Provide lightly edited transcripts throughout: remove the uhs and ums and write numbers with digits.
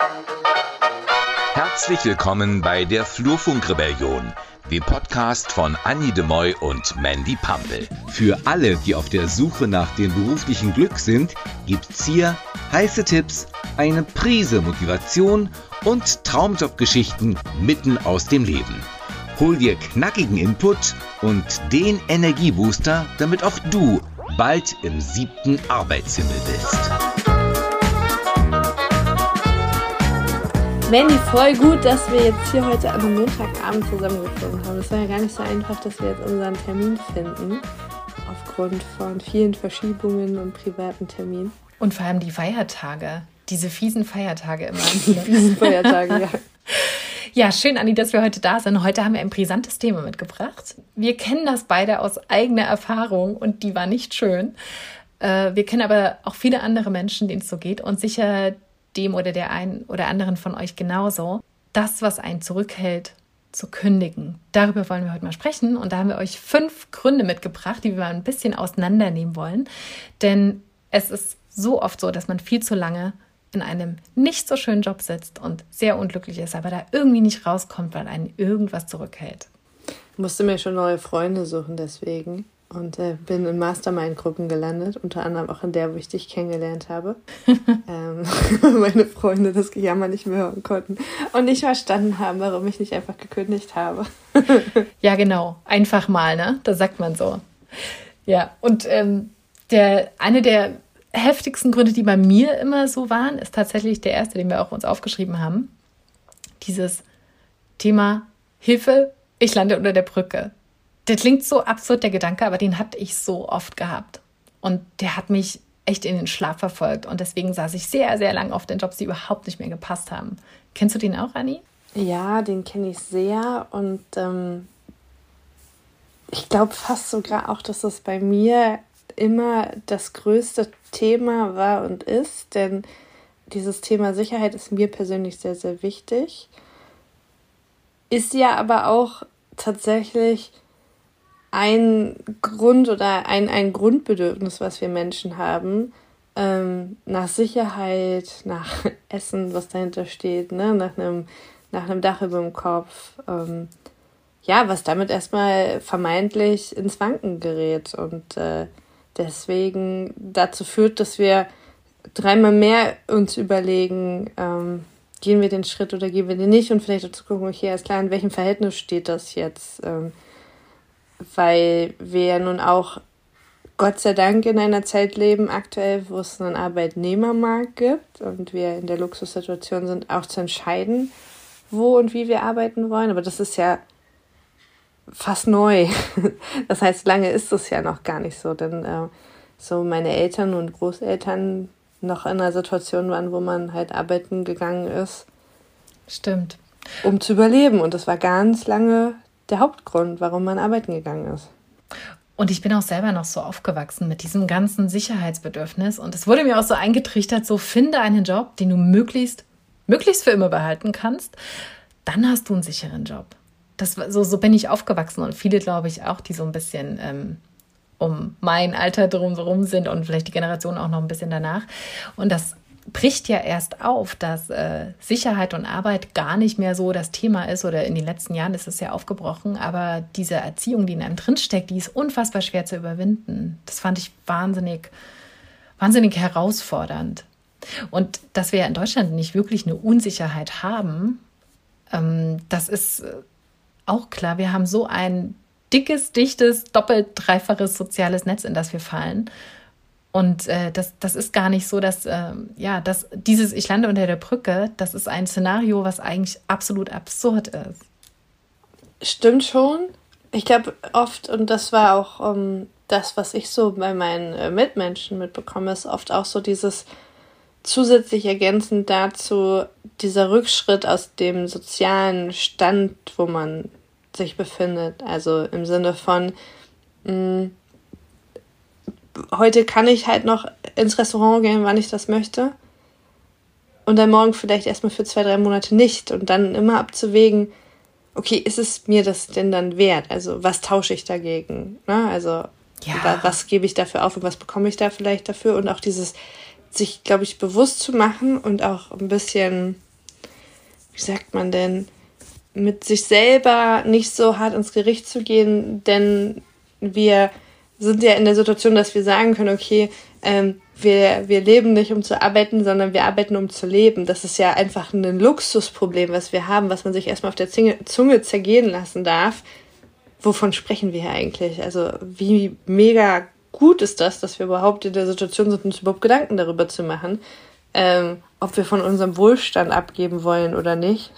Herzlich willkommen bei der Flurfunk-Rebellion, dem Podcast von Annie de Moy und Mandy Pampel. Für alle, die auf der Suche nach dem beruflichen Glück sind, gibt's hier heiße Tipps, eine Prise Motivation und Traumjobgeschichten mitten aus dem Leben. Hol dir knackigen Input und den Energiebooster, damit auch du bald im 7. Arbeitshimmel bist. Mandy, voll gut, dass wir jetzt hier heute am Montagabend zusammengefunden haben. Es war ja gar nicht so einfach, dass wir jetzt unseren Termin finden, aufgrund von vielen Verschiebungen und privaten Terminen. Und vor allem die Feiertage, diese fiesen Feiertage immer. Die fiesen Feiertage, ja. Ja, schön, Anni, dass wir heute da sind. Heute haben wir ein brisantes Thema mitgebracht. Wir kennen das beide aus eigener Erfahrung und die war nicht schön. Wir kennen aber auch viele andere Menschen, denen es so geht und sicher dem oder der einen oder anderen von euch genauso. Das, was einen zurückhält, zu kündigen. Darüber wollen wir heute mal sprechen und da haben wir euch 5 Gründe mitgebracht, die wir mal ein bisschen auseinandernehmen wollen. Denn es ist so oft so, dass man viel zu lange in einem nicht so schönen Job sitzt und sehr unglücklich ist, aber da irgendwie nicht rauskommt, weil einen irgendwas zurückhält. Ich musste mir schon neue Freunde suchen deswegen und bin in Mastermind-Gruppen gelandet, unter anderem auch in der, wo ich dich kennengelernt habe. Meine Freunde das Gejammer nicht mehr hören konnten und nicht verstanden haben, warum ich nicht einfach gekündigt habe. Ja, genau. Einfach mal, ne? Das sagt man so. Ja, und eine der heftigsten Gründe, die bei mir immer so waren, ist tatsächlich der erste, den wir auch uns aufgeschrieben haben. Dieses Thema Hilfe, ich lande unter der Brücke. Der klingt so absurd, der Gedanke, aber den hatte ich so oft gehabt. Und der hat mich echt in den Schlaf verfolgt. Und deswegen saß ich sehr, sehr lang auf den Jobs, die überhaupt nicht mehr gepasst haben. Kennst du den auch, Anni? Ja, den kenne ich sehr. Und ich glaube fast sogar auch, dass das bei mir immer das größte Thema war und ist. Denn dieses Thema Sicherheit ist mir persönlich sehr, sehr wichtig. Ist ja aber auch tatsächlich ein Grund oder ein Grundbedürfnis, was wir Menschen haben, nach Sicherheit, nach Essen, was dahinter steht, ne? nach einem Dach über dem Kopf, was damit erstmal vermeintlich ins Wanken gerät und deswegen dazu führt, dass wir 3-mal mehr uns überlegen, gehen wir den Schritt oder gehen wir den nicht und vielleicht dazu gucken, okay, alles klar, in welchem Verhältnis steht das jetzt, weil wir ja nun auch Gott sei Dank in einer Zeit leben aktuell, wo es einen Arbeitnehmermarkt gibt und wir in der Luxussituation sind, auch zu entscheiden, wo und wie wir arbeiten wollen. Aber das ist ja fast neu. Das heißt, lange ist es ja noch gar nicht so, denn so meine Eltern und Großeltern noch in einer Situation waren, wo man halt arbeiten gegangen ist. Stimmt. Um zu überleben. Und das war ganz lange der Hauptgrund, warum man arbeiten gegangen ist. Und ich bin auch selber noch so aufgewachsen mit diesem ganzen Sicherheitsbedürfnis. Und es wurde mir auch so eingetrichtert, so finde einen Job, den du möglichst für immer behalten kannst. Dann hast du einen sicheren Job. So bin ich aufgewachsen. Und viele, glaube ich, auch, die so ein bisschen um mein Alter drumherum sind und vielleicht die Generation auch noch ein bisschen danach. Und das bricht ja erst auf, dass Sicherheit und Arbeit gar nicht mehr so das Thema ist oder in den letzten Jahren ist es ja aufgebrochen, aber diese Erziehung, die in einem drinsteckt, die ist unfassbar schwer zu überwinden. Das fand ich wahnsinnig, wahnsinnig herausfordernd. Und dass wir ja in Deutschland nicht wirklich eine Unsicherheit haben, das ist auch klar. Wir haben so ein dickes, dichtes, doppelt, dreifaches soziales Netz, in das wir fallen. Und das ist gar nicht so, dass dieses Ich lande unter der Brücke, das ist ein Szenario, was eigentlich absolut absurd ist. Stimmt schon. Ich glaube oft, und das war auch das, was ich so bei meinen Mitmenschen mitbekomme, ist oft auch so dieses zusätzlich ergänzend dazu, dieser Rückschritt aus dem sozialen Stand, wo man sich befindet. Also im Sinne von heute kann ich halt noch ins Restaurant gehen, wann ich das möchte. Und dann morgen vielleicht erstmal für 2-3 Monate nicht. Und dann immer abzuwägen, okay, ist es mir das denn dann wert? Also was tausche ich dagegen? Ne? Also was gebe ich dafür auf und was bekomme ich da vielleicht dafür? Und auch dieses sich, glaube ich, bewusst zu machen und auch ein bisschen wie sagt man denn, mit sich selber nicht so hart ins Gericht zu gehen, denn wir sind ja in der Situation, dass wir sagen können, okay, wir leben nicht, um zu arbeiten, sondern wir arbeiten, um zu leben. Das ist ja einfach ein Luxusproblem, was wir haben, was man sich erstmal auf der Zunge zergehen lassen darf. Wovon sprechen wir hier eigentlich? Also wie mega gut ist das, dass wir überhaupt in der Situation sind, uns überhaupt Gedanken darüber zu machen, ob wir von unserem Wohlstand abgeben wollen oder nicht,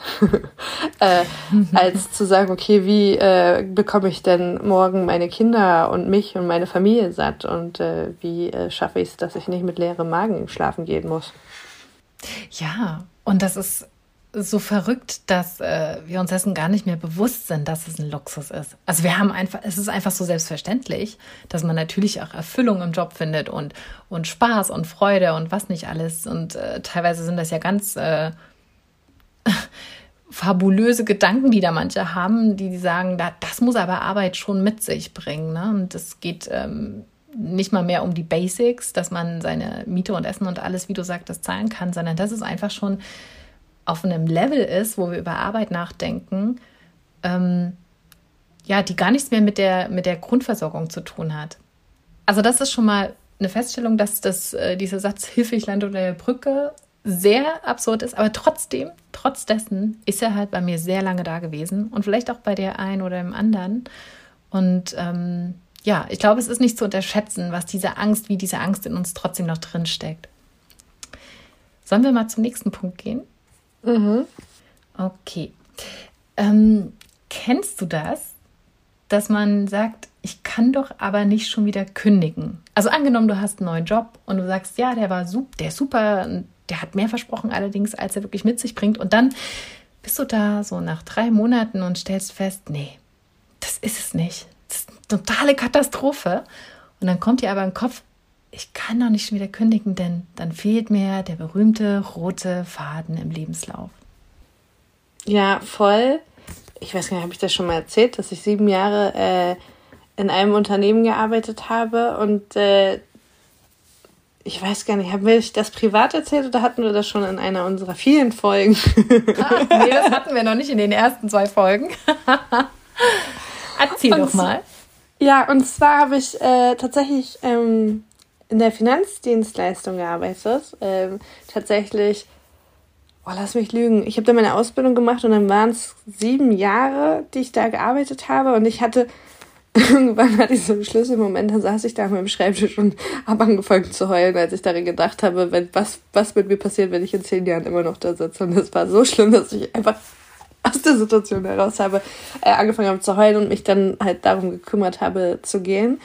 als zu sagen, okay, wie bekomme ich denn morgen meine Kinder und mich und meine Familie satt und wie schaffe ich es, dass ich nicht mit leerem Magen schlafen gehen muss. Ja, und das ist so verrückt, dass wir uns dessen gar nicht mehr bewusst sind, dass es ein Luxus ist. Also es ist einfach so selbstverständlich, dass man natürlich auch Erfüllung im Job findet und Spaß und Freude und was nicht alles. Und teilweise sind das ja ganz fabulöse Gedanken, die da manche haben, die sagen, das muss aber Arbeit schon mit sich bringen. Ne? Und es geht nicht mal mehr um die Basics, dass man seine Miete und Essen und alles, wie du sagtest, zahlen kann, sondern das ist einfach schon auf einem Level ist, wo wir über Arbeit nachdenken, die gar nichts mehr mit der Grundversorgung zu tun hat. Also das ist schon mal eine Feststellung, dass dieser Satz Hilfe, ich lande unter der Brücke sehr absurd ist, aber trotz dessen ist er halt bei mir sehr lange da gewesen und vielleicht auch bei der einen oder dem anderen. Und ich glaube, es ist nicht zu unterschätzen, wie diese Angst in uns trotzdem noch drin steckt. Sollen wir mal zum nächsten Punkt gehen? Mhm. Okay. Kennst du das, dass man sagt, ich kann doch aber nicht schon wieder kündigen? Also angenommen, du hast einen neuen Job und du sagst, ja, der ist super, der hat mehr versprochen allerdings, als er wirklich mit sich bringt. Und dann bist du da so nach 3 Monaten und stellst fest, nee, das ist es nicht. Das ist eine totale Katastrophe. Und dann kommt dir aber im Kopf, ich kann doch nicht schon wieder kündigen, denn dann fehlt mir der berühmte rote Faden im Lebenslauf. Ja, voll. Ich weiß gar nicht, habe ich das schon mal erzählt, dass ich 7 Jahre in einem Unternehmen gearbeitet habe und ich weiß gar nicht, haben wir das privat erzählt oder hatten wir das schon in einer unserer vielen Folgen? Nee, das hatten wir noch nicht in den ersten 2 Folgen. Erzähl doch mal. Ja, und zwar habe ich tatsächlich in der Finanzdienstleistung gearbeitet. Tatsächlich, lass mich lügen, ich habe da meine Ausbildung gemacht und dann waren es 7 Jahre, die ich da gearbeitet habe und irgendwann hatte ich so einen Schlüsselmoment, dann saß ich da an meinem Schreibtisch und habe angefangen zu heulen, als ich daran gedacht habe, was mit mir passiert, wenn ich in 10 Jahren immer noch da sitze. Und das war so schlimm, dass ich einfach aus der Situation heraus angefangen habe zu heulen und mich dann halt darum gekümmert habe, zu gehen.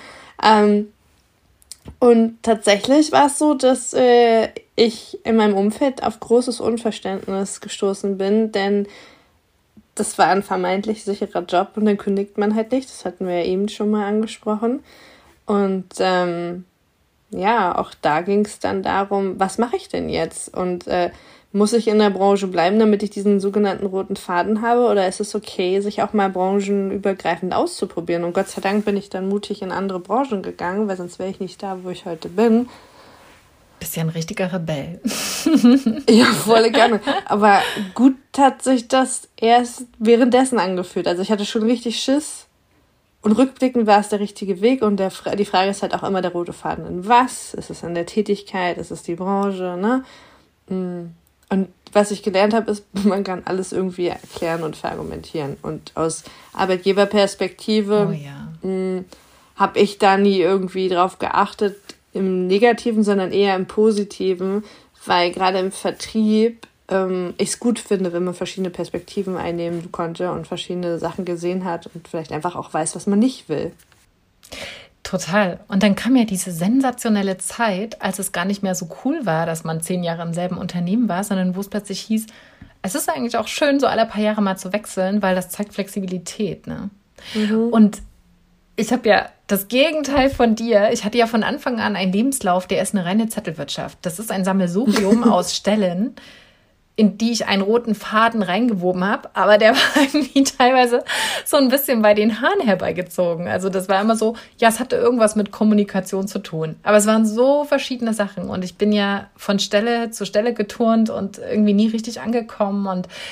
Und tatsächlich war es so, dass ich in meinem Umfeld auf großes Unverständnis gestoßen bin, denn das war ein vermeintlich sicherer Job und dann kündigt man halt nicht. Das hatten wir ja eben schon mal angesprochen. Und auch da ging es dann darum, was mache ich denn jetzt? Und muss ich in der Branche bleiben, damit ich diesen sogenannten roten Faden habe? Oder ist es okay, sich auch mal branchenübergreifend auszuprobieren? Und Gott sei Dank bin ich dann mutig in andere Branchen gegangen, weil sonst wäre ich nicht da, wo ich heute bin. Bist ja ein richtiger Rebell. Ja, voll gerne. Aber gut hat sich das erst währenddessen angefühlt. Also ich hatte schon richtig Schiss. Und rückblickend war es der richtige Weg. Und die Frage ist halt auch immer der rote Faden in was? Ist es an der Tätigkeit? Ist es die Branche? Ne? Und was ich gelernt habe, ist, man kann alles irgendwie erklären und verargumentieren. Und aus Arbeitgeberperspektive habe ich da nie irgendwie drauf geachtet, im Negativen, sondern eher im Positiven, weil gerade im Vertrieb ich es gut finde, wenn man verschiedene Perspektiven einnehmen konnte und verschiedene Sachen gesehen hat und vielleicht einfach auch weiß, was man nicht will. Total. Und dann kam ja diese sensationelle Zeit, als es gar nicht mehr so cool war, dass man 10 Jahre im selben Unternehmen war, sondern wo es plötzlich hieß, es ist eigentlich auch schön, so alle paar Jahre mal zu wechseln, weil das zeigt Flexibilität. Ne? Mhm. Und ich habe ja das Gegenteil von dir. Ich hatte ja von Anfang an einen Lebenslauf, der ist eine reine Zettelwirtschaft. Das ist ein Sammelsurium aus Stellen, in die ich einen roten Faden reingewoben habe, aber der war irgendwie teilweise so ein bisschen bei den Haaren herbeigezogen. Also das war immer so, ja, es hatte irgendwas mit Kommunikation zu tun. Aber es waren so verschiedene Sachen und ich bin ja von Stelle zu Stelle geturnt und irgendwie nie richtig angekommen und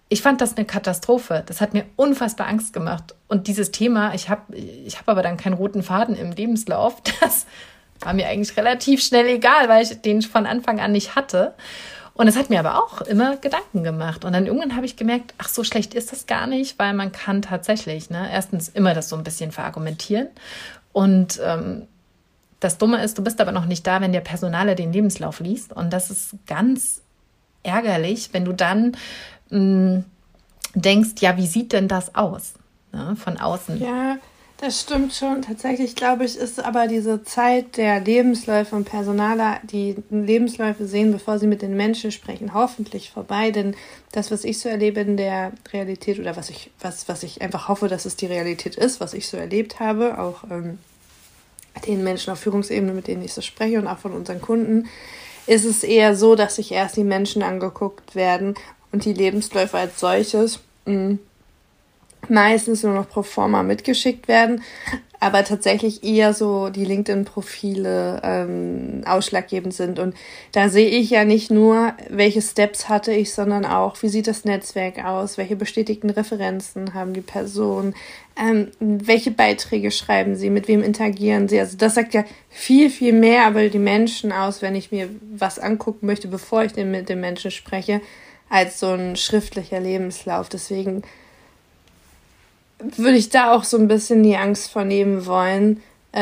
ich fand das eine Katastrophe. Das hat mir unfassbar Angst gemacht. Und dieses Thema, ich hab aber dann keinen roten Faden im Lebenslauf. Das war mir eigentlich relativ schnell egal, weil ich den von Anfang an nicht hatte. Und es hat mir aber auch immer Gedanken gemacht. Und dann irgendwann habe ich gemerkt, ach, so schlecht ist das gar nicht, weil man kann tatsächlich, erstens immer das so ein bisschen verargumentieren. Und das Dumme ist, du bist aber noch nicht da, wenn der Personaler den Lebenslauf liest. Und das ist ganz ärgerlich, wenn du dann denkst, ja, wie sieht denn das aus, von außen? Ja, das stimmt schon. Tatsächlich, glaube ich, ist aber diese Zeit der Lebensläufe und Personaler, die Lebensläufe sehen, bevor sie mit den Menschen sprechen, hoffentlich vorbei. Denn das, was ich so erlebe in der Realität oder was ich einfach hoffe, dass es die Realität ist, was ich so erlebt habe, auch den Menschen auf Führungsebene, mit denen ich so spreche und auch von unseren Kunden, ist es eher so, dass sich erst die Menschen angeguckt werden und die Lebensläufe als solches meistens nur noch pro forma mitgeschickt werden, aber tatsächlich eher so die LinkedIn-Profile ausschlaggebend sind. Und da sehe ich ja nicht nur, welche Steps hatte ich, sondern auch, wie sieht das Netzwerk aus, welche bestätigten Referenzen haben die Personen, welche Beiträge schreiben sie, mit wem interagieren sie. Also das sagt ja viel, viel mehr über die Menschen aus, wenn ich mir was angucken möchte, bevor ich mit dem Menschen spreche, als so ein schriftlicher Lebenslauf. Deswegen würde ich da auch so ein bisschen die Angst vornehmen wollen,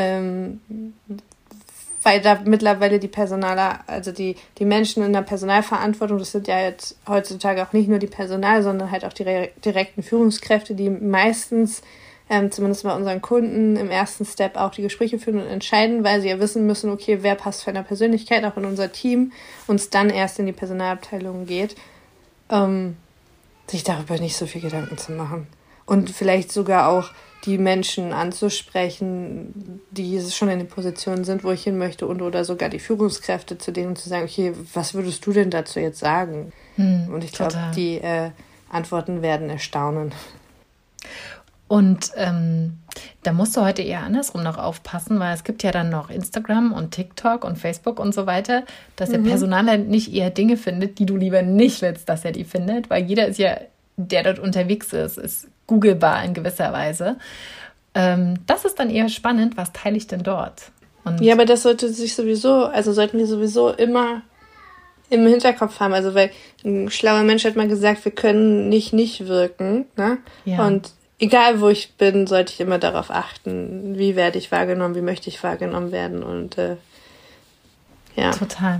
weil da mittlerweile die Personaler, also die Menschen in der Personalverantwortung, das sind ja jetzt heutzutage auch nicht nur die Personal, sondern halt auch die direkten Führungskräfte, die meistens, zumindest bei unseren Kunden, im ersten Step auch die Gespräche führen und entscheiden, weil sie ja wissen müssen, okay, wer passt von der Persönlichkeit auch in unser Team, und es dann erst in die Personalabteilung geht, sich darüber nicht so viel Gedanken zu machen. Und vielleicht sogar auch die Menschen anzusprechen, die schon in den Positionen sind, wo ich hin möchte, und oder sogar die Führungskräfte zu denen zu sagen, okay, was würdest du denn dazu jetzt sagen? Und ich glaube, die Antworten werden erstaunen. Und da musst du heute eher andersrum noch aufpassen, weil es gibt ja dann noch Instagram und TikTok und Facebook und so weiter, dass der Personaler nicht eher Dinge findet, die du lieber nicht willst, dass er die findet, weil jeder ist ja, der dort unterwegs ist googlebar in gewisser Weise. Das ist dann eher spannend, was teile ich denn dort? Und ja, aber das sollten wir sowieso immer im Hinterkopf haben. Also, weil ein schlauer Mensch hat mal gesagt, wir können nicht wirken, ne? Ja. Und egal, wo ich bin, sollte ich immer darauf achten, wie werde ich wahrgenommen, wie möchte ich wahrgenommen werden, und ja. Total.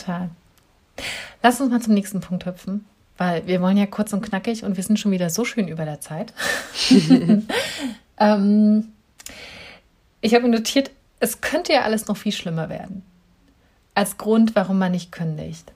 Lass uns mal zum nächsten Punkt hüpfen. Weil wir wollen ja kurz und knackig und wir sind schon wieder so schön über der Zeit. Ich habe mir notiert, es könnte ja alles noch viel schlimmer werden. Als Grund, warum man nicht kündigt.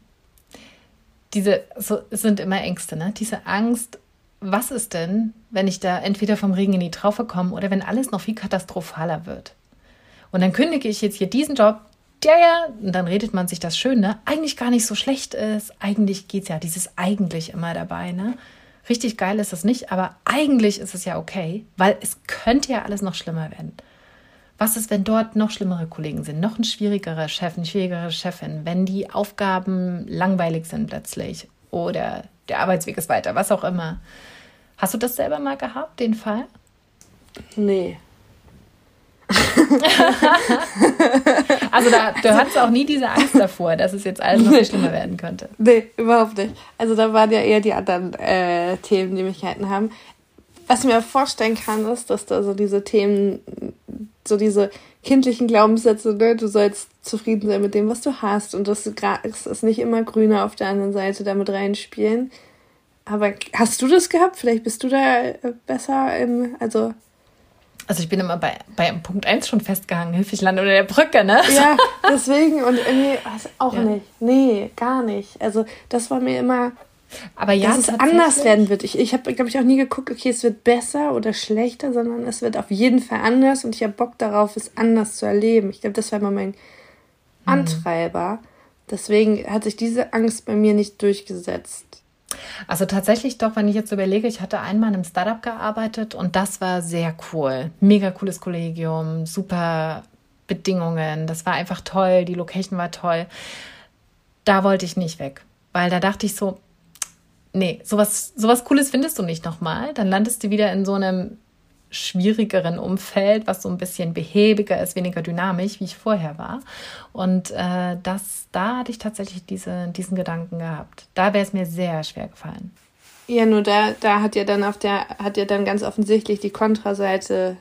Es sind immer Ängste, ne? Diese Angst, was ist denn, wenn ich da entweder vom Regen in die Traufe komme oder wenn alles noch viel katastrophaler wird? Und dann kündige ich jetzt hier diesen Job, der ja, und dann redet man sich das schön, ne, eigentlich gar nicht so schlecht ist. Eigentlich geht's ja, dieses eigentlich immer dabei, ne? Richtig geil ist es nicht, aber eigentlich ist es ja okay, weil es könnte ja alles noch schlimmer werden. Was ist, wenn dort noch schlimmere Kollegen sind, noch ein schwierigerer Chef, eine schwierigere Chefin, wenn die Aufgaben langweilig sind plötzlich oder der Arbeitsweg ist weiter, was auch immer. Hast du das selber mal gehabt, den Fall? Nee. Also du hattest auch nie diese Angst davor, dass es jetzt alles noch viel schlimmer werden könnte. Nee, überhaupt nicht. Also da waren ja eher die anderen Themen, die mich gehalten haben. Was ich mir vorstellen kann, ist, dass da so diese Themen, so diese kindlichen Glaubenssätze, ne? Du sollst zufrieden sein mit dem, was du hast, und das ist nicht immer grüner auf der anderen Seite, damit reinspielen. Aber hast du das gehabt? Vielleicht bist du da besser Also ich bin immer bei Punkt 1 schon festgehangen. Hilfe, ich lande unter der Brücke, ne? Ja, deswegen. Und irgendwie auch nicht. Nee, gar nicht. Also das war mir immer, aber ja, dass es anders werden wird. Ich habe, glaube ich, auch nie geguckt, okay, es wird besser oder schlechter, sondern es wird auf jeden Fall anders, und ich habe Bock darauf, es anders zu erleben. Ich glaube, das war immer mein Antreiber. Deswegen hat sich diese Angst bei mir nicht durchgesetzt. Also tatsächlich doch, wenn ich jetzt überlege, ich hatte einmal in einem Startup gearbeitet und das war sehr cool. Mega cooles Kollegium, super Bedingungen, das war einfach toll, die Location war toll. Da wollte ich nicht weg, weil da dachte ich so, nee, sowas Cooles findest du nicht nochmal. Dann landest du wieder in so einem schwierigeren Umfeld, was so ein bisschen behäbiger ist, weniger dynamisch, wie ich vorher war. Und da hatte ich tatsächlich diesen Gedanken gehabt. Da wäre es mir sehr schwer gefallen. Ja, nur da hat ja dann ganz offensichtlich die Pro-Seite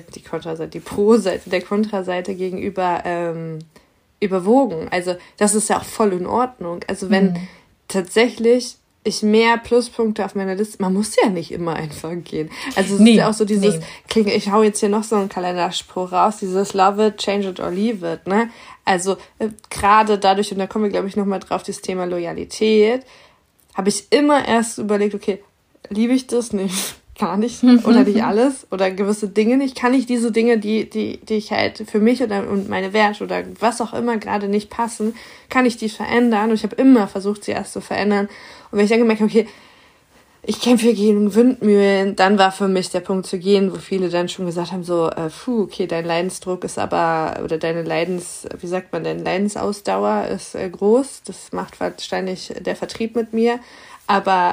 der Kontraseite gegenüber überwogen. Also das ist ja auch voll in Ordnung. Also wenn tatsächlich ich mehr Pluspunkte auf meiner Liste, man muss ja nicht immer einfach gehen. Also es ist ja auch so dieses, ich hau jetzt hier noch so einen Kalenderspruch raus, dieses Love it, change it or leave it, ne? Also gerade dadurch, und da kommen wir, glaube ich, nochmal drauf, das Thema Loyalität, habe ich immer erst überlegt, okay, liebe ich das nicht? Gar nicht oder nicht alles oder gewisse Dinge nicht, kann ich diese Dinge, die ich halt für mich und meine Werte oder was auch immer gerade nicht passen, kann ich die verändern? Und ich habe immer versucht, sie erst zu verändern. Und wenn ich dann gemerkt habe, okay, ich kämpfe gegen Windmühlen, dann war für mich der Punkt zu gehen, wo viele dann schon gesagt haben, so, okay, dein Leidensdruck ist aber, oder deine deine Leidensausdauer ist groß, das macht wahrscheinlich der Vertrieb mit mir, aber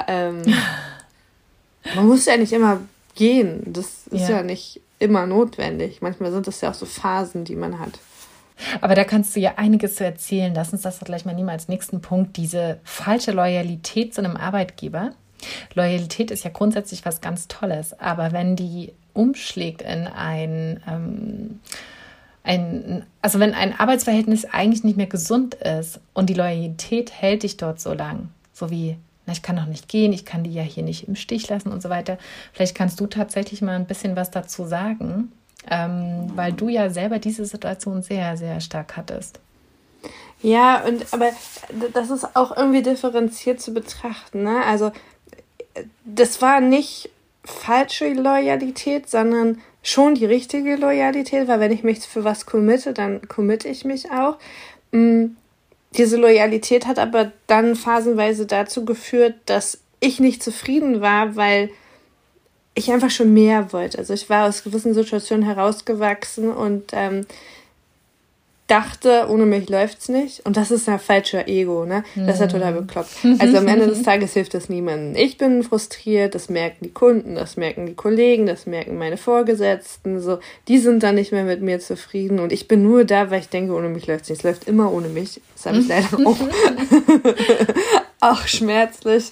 man muss ja nicht immer gehen. Das ist ja nicht immer notwendig. Manchmal sind das ja auch so Phasen, die man hat. Aber da kannst du ja einiges zu erzählen. Lass uns das doch gleich mal nehmen als nächsten Punkt. Diese falsche Loyalität zu einem Arbeitgeber. Loyalität ist ja grundsätzlich was ganz Tolles. Aber wenn die umschlägt in wenn ein Arbeitsverhältnis eigentlich nicht mehr gesund ist und die Loyalität hält dich dort so lang, so wie ich kann doch nicht gehen, ich kann die ja hier nicht im Stich lassen und so weiter. Vielleicht kannst du tatsächlich mal ein bisschen was dazu sagen, weil du ja selber diese Situation sehr, sehr stark hattest. Ja, aber das ist auch irgendwie differenziert zu betrachten, ne? Also das war nicht falsche Loyalität, sondern schon die richtige Loyalität, weil wenn ich mich für was committe, dann committe ich mich auch. Diese Loyalität hat aber dann phasenweise dazu geführt, dass ich nicht zufrieden war, weil ich einfach schon mehr wollte. Also ich war aus gewissen Situationen herausgewachsen und dachte, ohne mich läuft's nicht. Und das ist ja falscher Ego, ne? Das ist ja total bekloppt. Also am Ende des Tages hilft das niemandem. Ich bin frustriert, das merken die Kunden, das merken die Kollegen, das merken meine Vorgesetzten. So, die sind dann nicht mehr mit mir zufrieden. Und ich bin nur da, weil ich denke, ohne mich läuft's nicht. Es läuft immer ohne mich. Das habe ich leider auch schmerzlich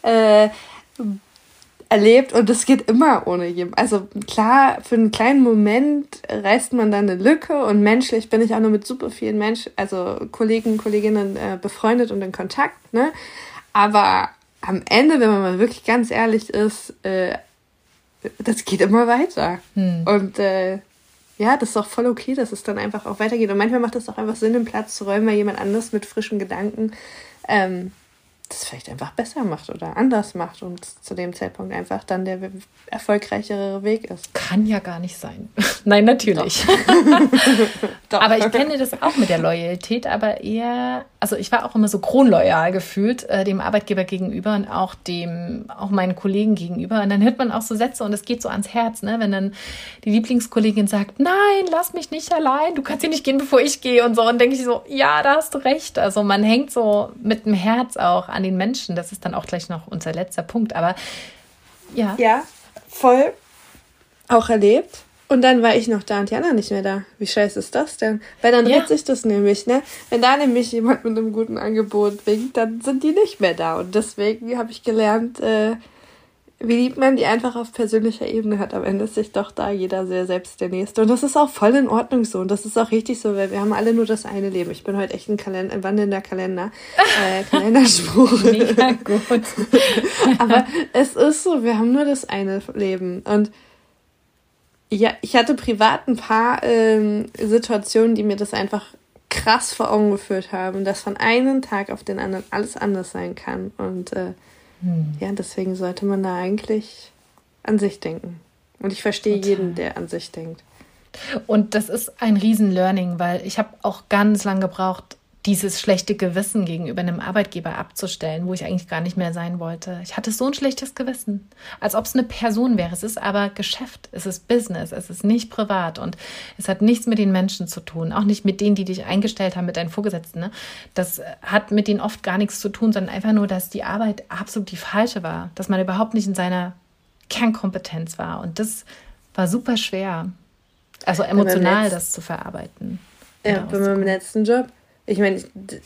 erlebt und das geht immer ohne jemanden. Also klar, für einen kleinen Moment reißt man dann eine Lücke und menschlich bin ich auch nur mit super vielen Kolleginnen befreundet und in Kontakt, ne? Aber am Ende, wenn man mal wirklich ganz ehrlich ist, das geht immer weiter. Und das ist auch voll okay, dass es dann einfach auch weitergeht. Und manchmal macht es auch einfach Sinn, den Platz zu räumen, weil jemand anders mit frischen Gedanken das vielleicht einfach besser macht oder anders macht und zu dem Zeitpunkt einfach dann der erfolgreichere Weg ist. Kann ja gar nicht sein. Nein, natürlich. Doch. Aber ich kenne das auch mit der Loyalität, aber eher, also ich war auch immer so kronloyal gefühlt, dem Arbeitgeber gegenüber und auch meinen Kollegen gegenüber. Und dann hört man auch so Sätze und es geht so ans Herz, ne? Wenn dann die Lieblingskollegin sagt, nein, lass mich nicht allein, du kannst hier nicht gehen, bevor ich gehe und so. Und denke ich so, ja, da hast du recht. Also man hängt so mit dem Herz auch an den Menschen. Das ist dann auch gleich noch unser letzter Punkt. Aber ja. Ja, voll auch erlebt. Und dann war ich noch da und die anderen nicht mehr da. Wie scheiße ist das denn? Weil dann dreht sich das nämlich, ne? Wenn da nämlich jemand mit einem guten Angebot winkt, dann sind die nicht mehr da. Und deswegen habe ich gelernt, wie lieb man die einfach auf persönlicher Ebene hat. Am Ende ist sich doch da jeder sehr selbst der Nächste. Und das ist auch voll in Ordnung so. Und das ist auch richtig so, weil wir haben alle nur das eine Leben. Ich bin heute echt ein wandelnder Kalender. Kalenderspruch. Mega gut. Aber es ist so, wir haben nur das eine Leben. Und ja, ich hatte privat ein paar Situationen, die mir das einfach krass vor Augen geführt haben, dass von einem Tag auf den anderen alles anders sein kann. Und deswegen sollte man da eigentlich an sich denken. Und ich verstehe jeden, der an sich denkt. Und das ist ein Riesen-Learning, weil ich habe auch ganz lange gebraucht, dieses schlechte Gewissen gegenüber einem Arbeitgeber abzustellen, wo ich eigentlich gar nicht mehr sein wollte. Ich hatte so ein schlechtes Gewissen, als ob es eine Person wäre. Es ist aber Geschäft, es ist Business, es ist nicht privat und es hat nichts mit den Menschen zu tun, auch nicht mit denen, die dich eingestellt haben, mit deinen Vorgesetzten. Ne? Das hat mit denen oft gar nichts zu tun, sondern einfach nur, dass die Arbeit absolut die falsche war, dass man überhaupt nicht in seiner Kernkompetenz war und das war super schwer, also emotional das zu verarbeiten. Ja, bei meinem letzten Job, ich meine,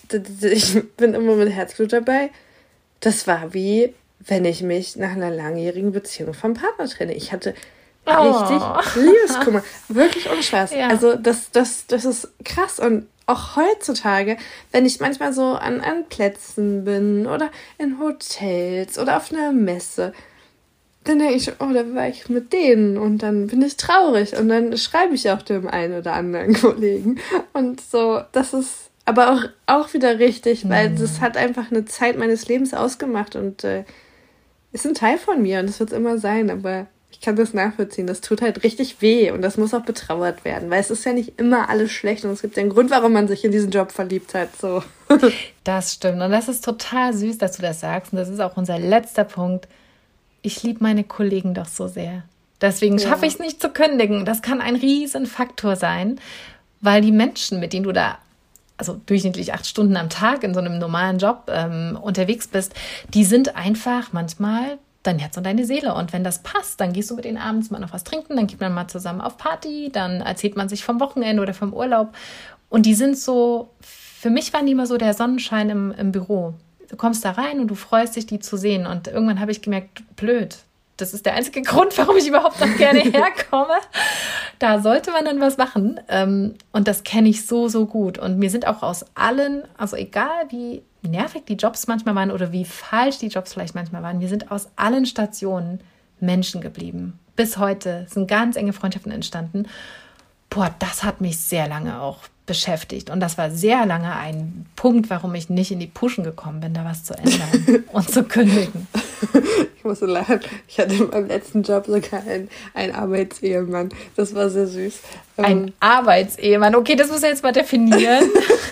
ich bin immer mit Herzblut dabei. Das war wie, wenn ich mich nach einer langjährigen Beziehung vom Partner trenne. Ich hatte richtig Liebeskummer. Wirklich ohne Spaß. Ja. Also das ist krass. Und auch heutzutage, wenn ich manchmal so an Plätzen bin oder in Hotels oder auf einer Messe, dann denke ich, oh, da war ich mit denen und dann bin ich traurig und dann schreibe ich auch dem einen oder anderen Kollegen und so, das ist aber auch wieder richtig, weil das hat einfach eine Zeit meines Lebens ausgemacht und ist ein Teil von mir und das wird es immer sein, aber ich kann das nachvollziehen, das tut halt richtig weh und das muss auch betrauert werden, weil es ist ja nicht immer alles schlecht und es gibt ja einen Grund, warum man sich in diesen Job verliebt hat, so. Das stimmt und das ist total süß, dass du das sagst und das ist auch unser letzter Punkt. Ich liebe meine Kollegen doch so sehr. Deswegen schaffe ich es nicht zu kündigen. Das kann ein Riesenfaktor sein, weil die Menschen, mit denen du da also durchschnittlich 8 Stunden am Tag in so einem normalen Job unterwegs bist, die sind einfach manchmal dein Herz und deine Seele. Und wenn das passt, dann gehst du mit denen abends mal noch was trinken, dann geht man mal zusammen auf Party, dann erzählt man sich vom Wochenende oder vom Urlaub. Und die sind so, für mich waren die immer so der Sonnenschein im Büro. Du kommst da rein und du freust dich, die zu sehen. Und irgendwann habe ich gemerkt, blöd. Das ist der einzige Grund, warum ich überhaupt noch gerne herkomme. Da sollte man dann was machen. Und das kenne ich so, so gut. Und mir sind auch aus allen, also egal wie nervig die Jobs manchmal waren oder wie falsch die Jobs vielleicht manchmal waren, mir sind aus allen Stationen Menschen geblieben. Bis heute sind ganz enge Freundschaften entstanden. Boah, das hat mich sehr lange auch beschäftigt. Und das war sehr lange ein Punkt, warum ich nicht in die Puschen gekommen bin, da was zu ändern und zu kündigen. Ich muss so lachen. Ich hatte in meinem letzten Job sogar einen Arbeitsehemann. Das war sehr süß. Ein Arbeitsehemann. Okay, das muss ich jetzt mal definieren.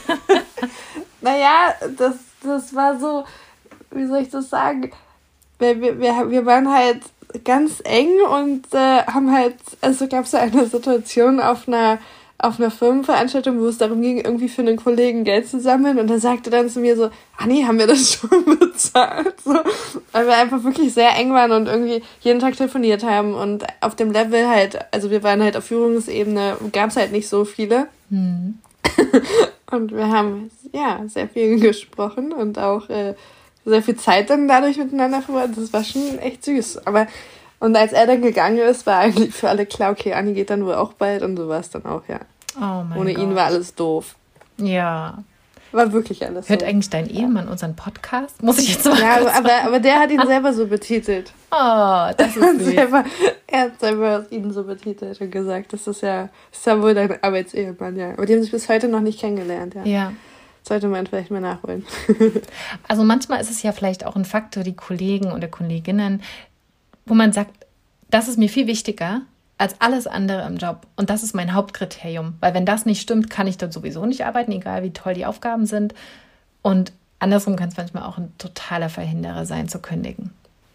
Naja, das war so, wie soll ich das sagen? Wir waren halt ganz eng und haben halt, also gab es so eine Situation auf einer Firmenveranstaltung, wo es darum ging, irgendwie für einen Kollegen Geld zu sammeln und er sagte dann zu mir so, Anni, haben wir das schon bezahlt? So, weil wir einfach wirklich sehr eng waren und irgendwie jeden Tag telefoniert haben und auf dem Level halt, also wir waren halt auf Führungsebene, gab es halt nicht so viele. Und wir haben, ja, sehr viel gesprochen und auch sehr viel Zeit dann dadurch miteinander verbracht. Das war schon echt süß. Und als er dann gegangen ist, war eigentlich für alle klar, okay, Anni geht dann wohl auch bald und so war es dann auch, ja. Oh mein Ohne Gott. ihn war alles doof. Ja. War wirklich alles Hört so. eigentlich dein Ehemann unseren Podcast? Muss ich jetzt mal Ja, kurz aber der hat ihn selber so betitelt. Oh, das ist süß. Er hat selber ihn so betitelt und gesagt, das ist ja wohl dein Arbeitsehemann, ja. Aber die haben sich bis heute noch nicht kennengelernt, ja. Ja. Sollte man vielleicht mal nachholen. Also manchmal ist es ja vielleicht auch ein Faktor, die Kollegen oder Kolleginnen, wo man sagt, das ist mir viel wichtiger als alles andere im Job. Und das ist mein Hauptkriterium. Weil wenn das nicht stimmt, kann ich dort sowieso nicht arbeiten, egal wie toll die Aufgaben sind. Und andersrum kann es manchmal auch ein totaler Verhinderer sein, zu kündigen.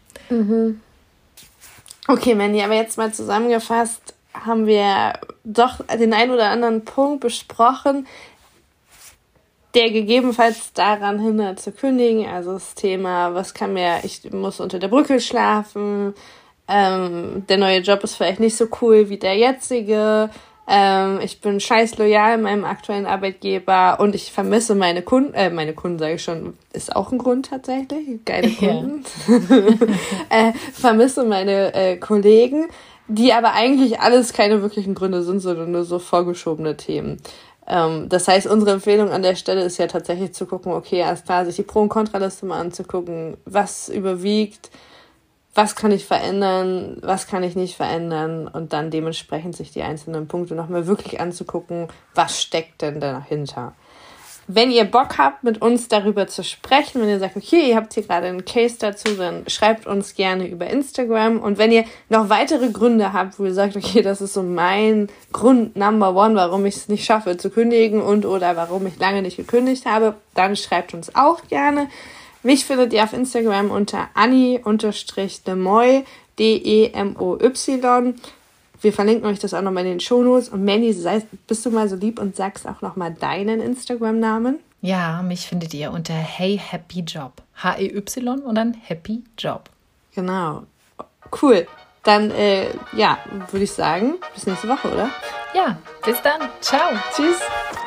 Okay, Mandy, aber jetzt mal zusammengefasst haben wir doch den einen oder anderen Punkt besprochen, der gegebenenfalls daran hindert zu kündigen. Also das Thema, ich muss unter der Brücke schlafen, der neue Job ist vielleicht nicht so cool wie der jetzige, ich bin scheiß loyal meinem aktuellen Arbeitgeber und ich vermisse meine Kunden sage ich schon, ist auch ein Grund tatsächlich, geile Kunden. Ja. Vermisse meine Kollegen, die aber eigentlich alles keine wirklichen Gründe sind, sondern nur so vorgeschobene Themen. Das heißt, unsere Empfehlung an der Stelle ist ja tatsächlich zu gucken, okay, erst klar, sich die Pro- und Kontraliste mal anzugucken, was überwiegt, was kann ich verändern, was kann ich nicht verändern und dann dementsprechend sich die einzelnen Punkte nochmal wirklich anzugucken, was steckt denn dahinter. Wenn ihr Bock habt, mit uns darüber zu sprechen, wenn ihr sagt, okay, ihr habt hier gerade einen Case dazu, dann schreibt uns gerne über Instagram. Und wenn ihr noch weitere Gründe habt, wo ihr sagt, okay, das ist so mein Grund Number One, warum ich es nicht schaffe zu kündigen und oder warum ich lange nicht gekündigt habe, dann schreibt uns auch gerne. Mich findet ihr auf Instagram unter Anni_Demoy, DEMOY. Wir verlinken euch das auch nochmal in den Shownotes. Und Mandy, bist du mal so lieb und sagst auch nochmal deinen Instagram-Namen? Ja, mich findet ihr unter Hey Happy Job. HEY und dann Happy Job. Genau. Cool. Dann, würde ich sagen, bis nächste Woche, oder? Ja, bis dann. Ciao. Tschüss.